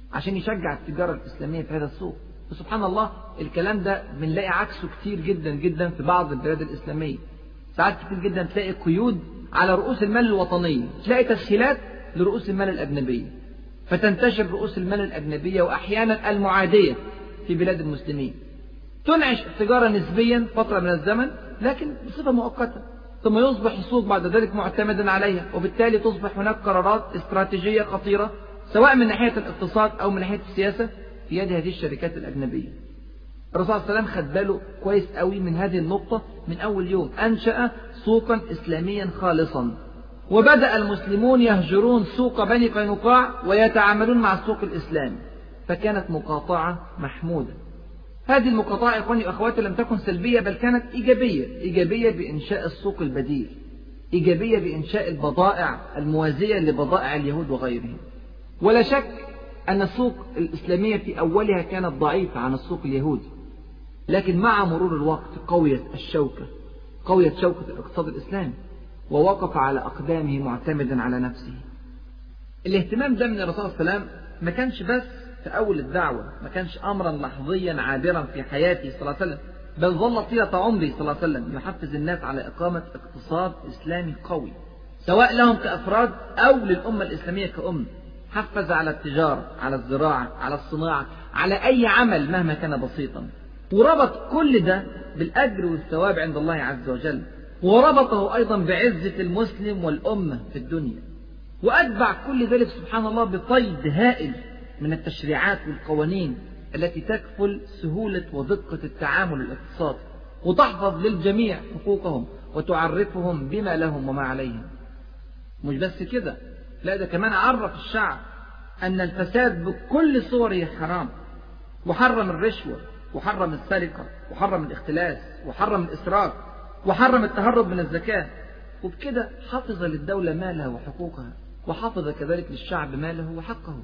عشان يشجع التجارة الإسلامية في هذا السوق. وسبحان الله الكلام ده بنلاقي عكسه كتير جدا جدا في بعض البلاد الإسلامية. ساعات كتير جدا تلاقي قيود على رؤوس المال الوطنية، تلاقي تسهيلات لرؤوس المال الأجنبية، فتنتشر رؤوس المال الأجنبية وأحيانا المعادية في بلاد المسلمين، تنعش التجارة نسبيا فترة من الزمن لكن بصفة مؤقتة، ثم يصبح السوق بعد ذلك معتمدا عليها، وبالتالي تصبح هناك قرارات استراتيجية خطيرة سواء من ناحية الاقتصاد أو من ناحية السياسة في يد هذه الشركات الأجنبية. الرسول صلى الله عليه وسلم خد باله كويس قوي من هذه النقطة من أول يوم، أنشأ سوقا إسلاميا خالصا، وبدأ المسلمون يهجرون سوق بني قينقاع ويتعاملون مع السوق الإسلامي، فكانت مقاطعة محمودة. هذه المقاطعة يا إخواني وأخواتي لم تكن سلبية بل كانت إيجابية، إيجابية بإنشاء السوق البديل، إيجابية بإنشاء البضائع الموازية لبضائع اليهود وغيرهم. ولا شك أن السوق الإسلامية في أولها كانت ضعيفة عن السوق اليهودي، لكن مع مرور الوقت قويت الشوكة، قويت شوكة الاقتصاد الإسلامي، ووقف على أقدامه معتمدا على نفسه. الاهتمام ده من الرسول صلى الله عليه وسلم ما كانش بس في أول الدعوة، ما كانش أمرا لحظيا عابرا في حياته صلى الله عليه وسلم، بل ظل طيلة عمره صلى الله عليه وسلم يحفز الناس على إقامة اقتصاد إسلامي قوي سواء لهم كأفراد أو للأمة الإسلامية كأمة. حفز على التجارة، على الزراعة، على الصناعة، على أي عمل مهما كان بسيطا، وربط كل ده بالأجر والثواب عند الله عز وجل، وربطه أيضا بعزة المسلم والأمة في الدنيا، وأتبع كل ذلك سبحان الله بقيد هائل من التشريعات والقوانين التي تكفل سهولة ودقة التعامل الاقتصادي، وتحفظ للجميع حقوقهم وتعرفهم بما لهم وما عليهم. مش بس كده، لا ده كمان عرف الشعب أن الفساد بكل صوره حرام، وحرم الرشوة، وحرم السرقة، وحرم الاختلاس، وحرم الإسراف، وحرم التهرب من الزكاة، وبكده حفظ للدولة مالها وحقوقها، وحفظ كذلك للشعب ماله وحقه،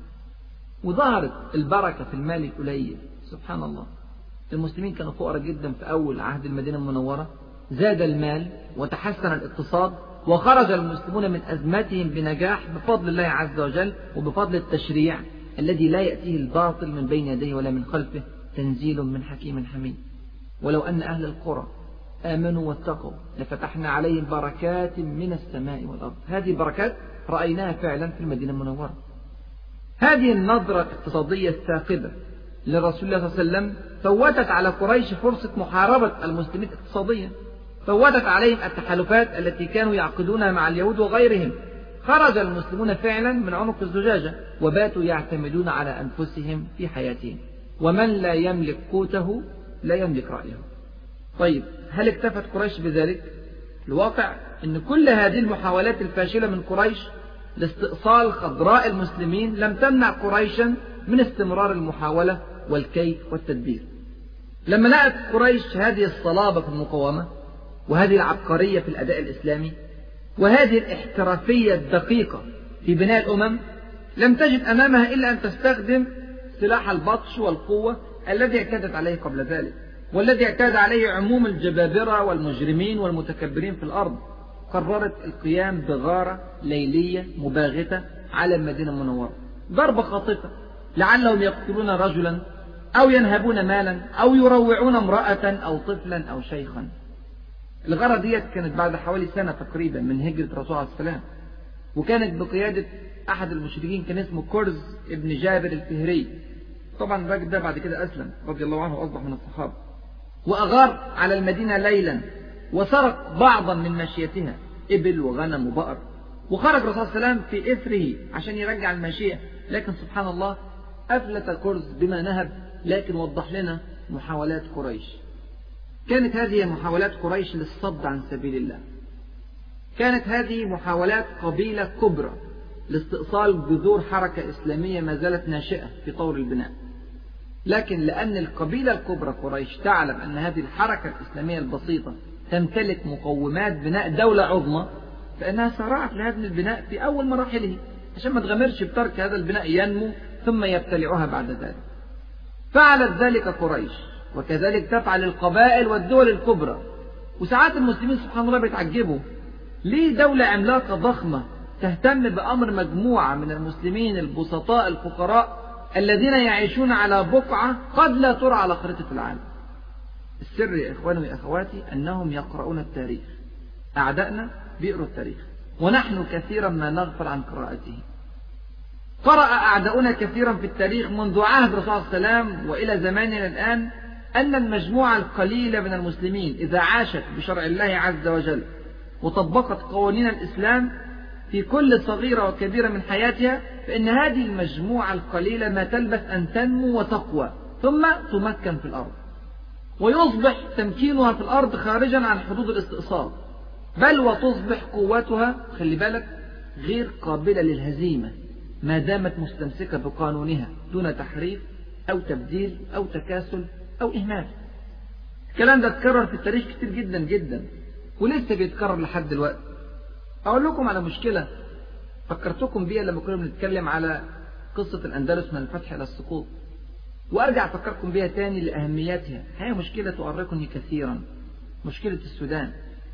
وظهرت البركة في المال القليل. سبحان الله، المسلمين كانوا فقراء جدا في أول عهد المدينة المنورة، زاد المال وتحسن الاقتصاد، وخرج المسلمون من أزمتهم بنجاح بفضل الله عز وجل وبفضل التشريع الذي لا يأتيه الباطل من بين يديه ولا من خلفه، تنزيل من حكيم حميد. ولو أن أهل القرى آمنوا واتقوا لفتحنا عليهم بركات من السماء والأرض. هذه البركات رأيناها فعلا في المدينة المنورة. هذه النظرة الاقتصادية الثاقبة لرسول الله صلى الله عليه وسلم فوتت على قريش فرصة محاربة المسلمين اقتصاديا، فوتت عليهم التحالفات التي كانوا يعقدونها مع اليهود وغيرهم. خرج المسلمون فعلا من عنق الزجاجة وباتوا يعتمدون على أنفسهم في حياتهم، ومن لا يملك قوته لا يملك رأيه. طيب هل اكتفت قريش بذلك؟ الواقع أن كل هذه المحاولات الفاشلة من قريش لاستئصال خضراء المسلمين لم تمنع قريشا من استمرار المحاولة والكيد والتدبير. لما لقت قريش هذه الصلابة في المقاومة، وهذه العبقرية في الأداء الإسلامي، وهذه الاحترافية الدقيقة في بناء الأمم، لم تجد أمامها إلا أن تستخدم سلاح البطش والقوة الذي اعتادت عليه قبل ذلك، والذي اعتاد عليه عموم الجبابرة والمجرمين والمتكبرين في الأرض. قررت القيام بغارة ليلية مباغتة على المدينة المنورة، ضربة خاطفة لعلهم يقتلون رجلا أو ينهبون مالا أو يروعون امرأة أو طفلا أو شيخا. الغارة ديت كانت بعد حوالي سنة تقريبا من هجرة الرسول عليه السلام، وكانت بقيادة أحد المشركين كان اسمه كرز ابن جابر الفهري. طبعا الراجل ده بعد كده أسلم رضي الله عنه وأصبح من الصحابة، وأغار على المدينة ليلا وسرق بعضا من ماشيتها، إبل وغنم وبقر، وخرج الرسول صلى الله عليه وسلم في إثره عشان يرجع الماشية، لكن سبحان الله أفلت كرز بما نهب. لكن وضح لنا محاولات قريش. كانت هذه محاولات قريش للصد عن سبيل الله، كانت هذه محاولات قبيلة كبرى لاستئصال جذور حركة إسلامية ما زالت ناشئة في طور البناء. لكن لأن القبيلة الكبرى قريش تعلم أن هذه الحركة الإسلامية البسيطة تمتلك مقومات بناء دولة عظمى، فإنها سارعت لهذا البناء في أول مراحله عشان ما تغامرش بترك هذا البناء ينمو ثم يبتلعها بعد ذلك. فعلت ذلك قريش، وكذلك تفعل القبائل والدول الكبرى. وساعات المسلمين سبحان الله بيتعجبوا ليه دولة عملاقة ضخمة تهتم بأمر مجموعة من المسلمين البسطاء الفقراء الذين يعيشون على بقعة قد لا ترى على خريطة العالم. السر يا إخواني وأخواتي أنهم يقرؤون التاريخ. أعدائنا بيقروا التاريخ، ونحن كثيرا ما نغفل عن قراءته. قرأ أعداؤنا كثيرا في التاريخ منذ عهد الرسول صلى الله عليه وسلم وإلى زماننا الآن أن المجموعة القليلة من المسلمين إذا عاشت بشرع الله عز وجل وطبقت قوانين الإسلام في كل صغيرة وكبيرة من حياتها، فإن هذه المجموعة القليلة ما تلبث أن تنمو وتقوى ثم تمكن في الأرض، ويصبح تمكينها في الأرض خارجا عن حدود الاستئصال، بل وتصبح قوتها خلي بالك غير قابلة للهزيمة ما دامت مستمسكة بقانونها دون تحريف أو تبديل أو تكاسل أو إهمال. الكلام ده اتكرر في التاريخ كتير جدا جدا ولسه بيتكرر لحد دلوقتي. أقول لكم على مشكلة فكرتكم بيها لما كنا بنتكلم على قصة الأندلس من الفتح إلى السقوط، وأرجع أفكركم بيها تاني لأهميتها. هي مشكلة تؤرقني كثيرا، مشكلة السودان.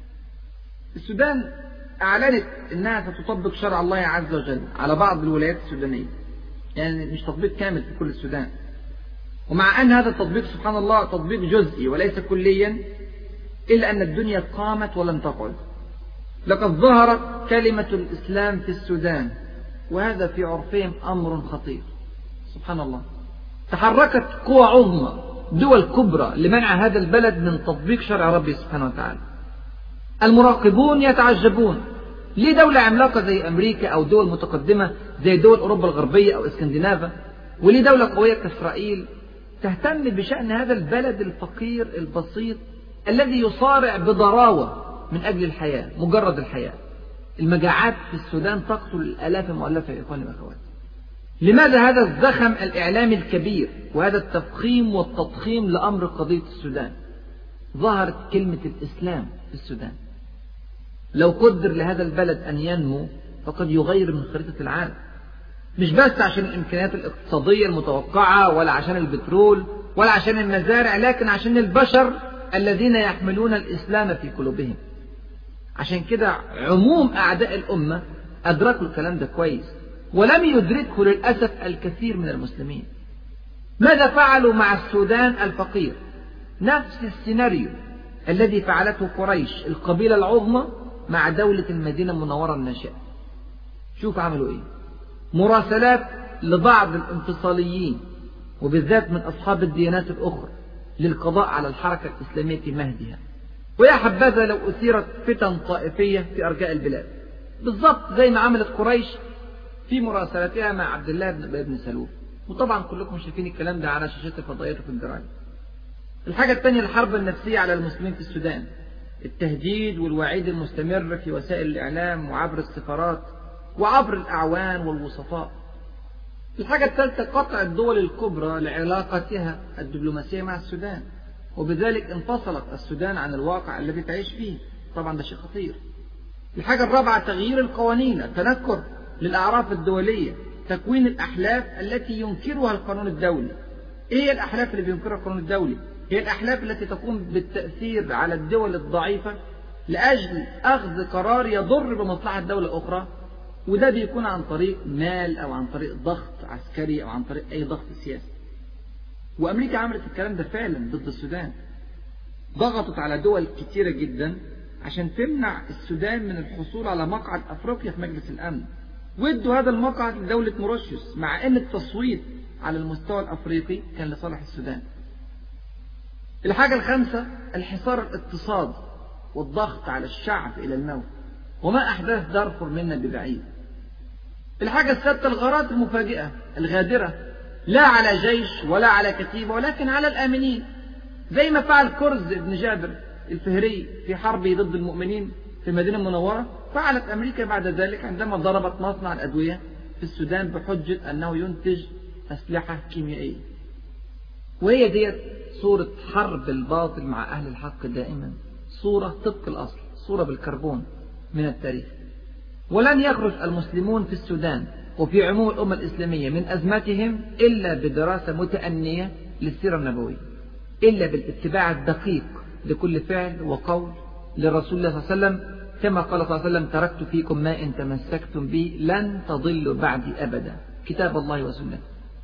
السودان أعلنت أنها ستطبق شرع الله عز وجل على بعض الولايات السودانية، يعني مش تطبيق كامل في كل السودان، ومع أن هذا التطبيق سبحان الله تطبيق جزئي وليس كليا، إلا أن الدنيا قامت ولم تقعد. لقد ظهرت كلمة الإسلام في السودان، وهذا في عرفهم أمر خطير سبحان الله. تحركت قوى عظمى دول كبرى لمنع هذا البلد من تطبيق شرع ربي سبحانه وتعالى. المراقبون يتعجبون ليه دولة عملاقة زي أمريكا أو دول متقدمة زي دول أوروبا الغربية أو اسكندنافا، وليه دولة قوية كإسرائيل تهتم بشأن هذا البلد الفقير البسيط الذي يصارع بضراوة من أجل الحياة، مجرد الحياة. المجاعات في السودان تقتل الآلاف المؤلفة يا إخواني وأخواتي. لماذا هذا الزخم الإعلامي الكبير وهذا التفخيم والتضخيم لأمر قضية السودان؟ ظهرت كلمة الإسلام في السودان. لو قدر لهذا البلد أن ينمو فقد يغير من خريطة العالم، مش بس عشان الإمكانيات الاقتصادية المتوقعة ولا عشان البترول ولا عشان المزارع، لكن عشان البشر الذين يحملون الإسلام في قلوبهم. عشان كده عموم أعداء الأمة أدركوا الكلام ده كويس، ولم يدركه للأسف الكثير من المسلمين. ماذا فعلوا مع السودان الفقير؟ نفس السيناريو الذي فعلته قريش القبيلة العظمى مع دولة المدينة المنورة الناشئة. شوف عملوا إيه؟ مراسلات لبعض الانفصاليين وبالذات من أصحاب الديانات الأخرى للقضاء على الحركة الإسلامية في مهدها، ويا حبذا لو أثيرت فتن طائفية في أرجاء البلاد، بالضبط زي ما عملت قريش في مراسلتها مع عبد الله بن أبي بن سلول. وطبعا كلكم شايفين الكلام ده على شاشات الفضائيات وفي الجرايد. الحاجة الثانية الحرب النفسية على المسلمين في السودان، التهديد والوعيد المستمر في وسائل الإعلام وعبر السفارات وعبر الأعوان والوسطاء. الحاجة الثالثة قطع الدول الكبرى لعلاقتها الدبلوماسية مع السودان، وبذلك انفصلت السودان عن الواقع الذي تعيش فيه. طبعا ده شيء خطير. الحاجة الرابعة تغيير القوانين، التنكر للأعراف الدولية، تكوين الأحلاف التي ينكرها القانون الدولي. إيه هي الأحلاف اللي بينكرها القانون الدولي؟ هي الأحلاف التي تقوم بالتأثير على الدول الضعيفة لأجل أخذ قرار يضر بمصلحة دولة أخرى، وده بيكون عن طريق مال أو عن طريق ضغط عسكري أو عن طريق أي ضغط سياسي. وأمريكا عملت الكلام ده فعلا ضد السودان، ضغطت على دول كتيرة جدا عشان تمنع السودان من الحصول على مقعد أفريقيا في مجلس الأمن، وادوا هذا المقعد لدولة موريشيوس، مع أن التصويت على المستوى الأفريقي كان لصالح السودان. الحاجة الخامسة الحصار الاقتصادي والضغط على الشعب إلى الموت، وما أحداث دارفور منا ببعيد. الحاجة السادسة الغارات المفاجئة الغادرة، لا على جيش ولا على كتيبة ولكن على الآمنين، زي ما فعل كرز بن جابر الفهري في حربه ضد المؤمنين في المدينة المنورة. فعلت أمريكا بعد ذلك عندما ضربت مصنع الأدوية في السودان بحجة أنه ينتج أسلحة كيميائية. وهي ديت صورة حرب الباطل مع أهل الحق دائما، صورة طبق الأصل، صورة بالكربون من التاريخ. ولن يخرج المسلمون في السودان وفي عموم الأمة الإسلامية من أزمتهم إلا بدراسة متأنية للسيرة النبوية، إلا بالاتباع الدقيق لكل فعل وقول لرسول الله صلى الله عليه وسلم، كما قال صلى الله عليه وسلم: تركت فيكم ما إن تمسكتم به لن تضلوا بعدي أبدا، كتاب الله وسنته.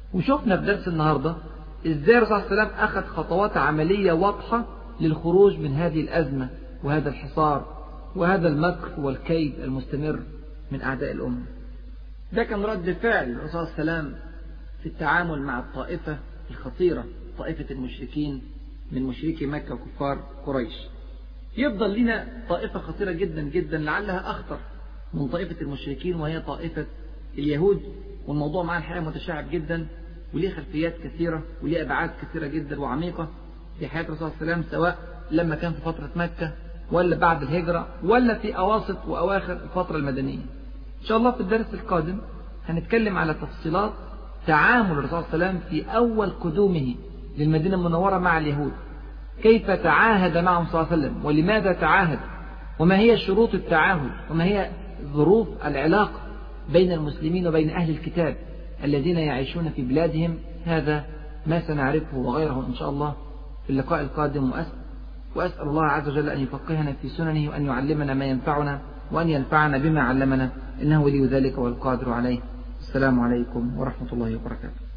وشفنا في درس النهاردة ازاي الرسول صلى الله عليه وسلم أخذ خطوات عملية واضحة للخروج من هذه الأزمة وهذا الحصار وهذا المكر والكيد المستمر من أعداء الأمة. ده كان رد فعل الرسول صلى الله عليه وسلم في التعامل مع الطائفة الخطيرة، طائفة المشركين من مشركي مكة وكفار قريش. يفضل لنا طائفة خطيرة جدا جدا لعلها أخطر من طائفة المشركين، وهي طائفة اليهود. والموضوع معها الحقيقة متشعب جدا وليه خلفيات كثيرة وليه أبعاد كثيرة جدا وعميقة في حياة الرسول صلى الله عليه وسلم، سواء لما كان في فترة مكة ولا بعد الهجرة ولا في أواسط وأواخر الفترة المدنية. إن شاء الله في الدرس القادم هنتكلم على تفصيلات تعامل الرسول صلى الله عليه وسلم في أول قدومه للمدينة المنورة مع اليهود، كيف تعاهد معهم صلى الله عليه وسلم ولماذا تعاهد، وما هي شروط التعاهد، وما هي ظروف العلاقة بين المسلمين وبين أهل الكتاب الذين يعيشون في بلادهم. هذا ما سنعرفه وغيره إن شاء الله في اللقاء القادم. وأسأل الله عز وجل أن يفقهنا في سننه وأن يعلمنا ما ينفعنا وأن ينفعنا بما علمنا، إنه ولي ذلك والقادر عليه. السلام عليكم ورحمة الله وبركاته.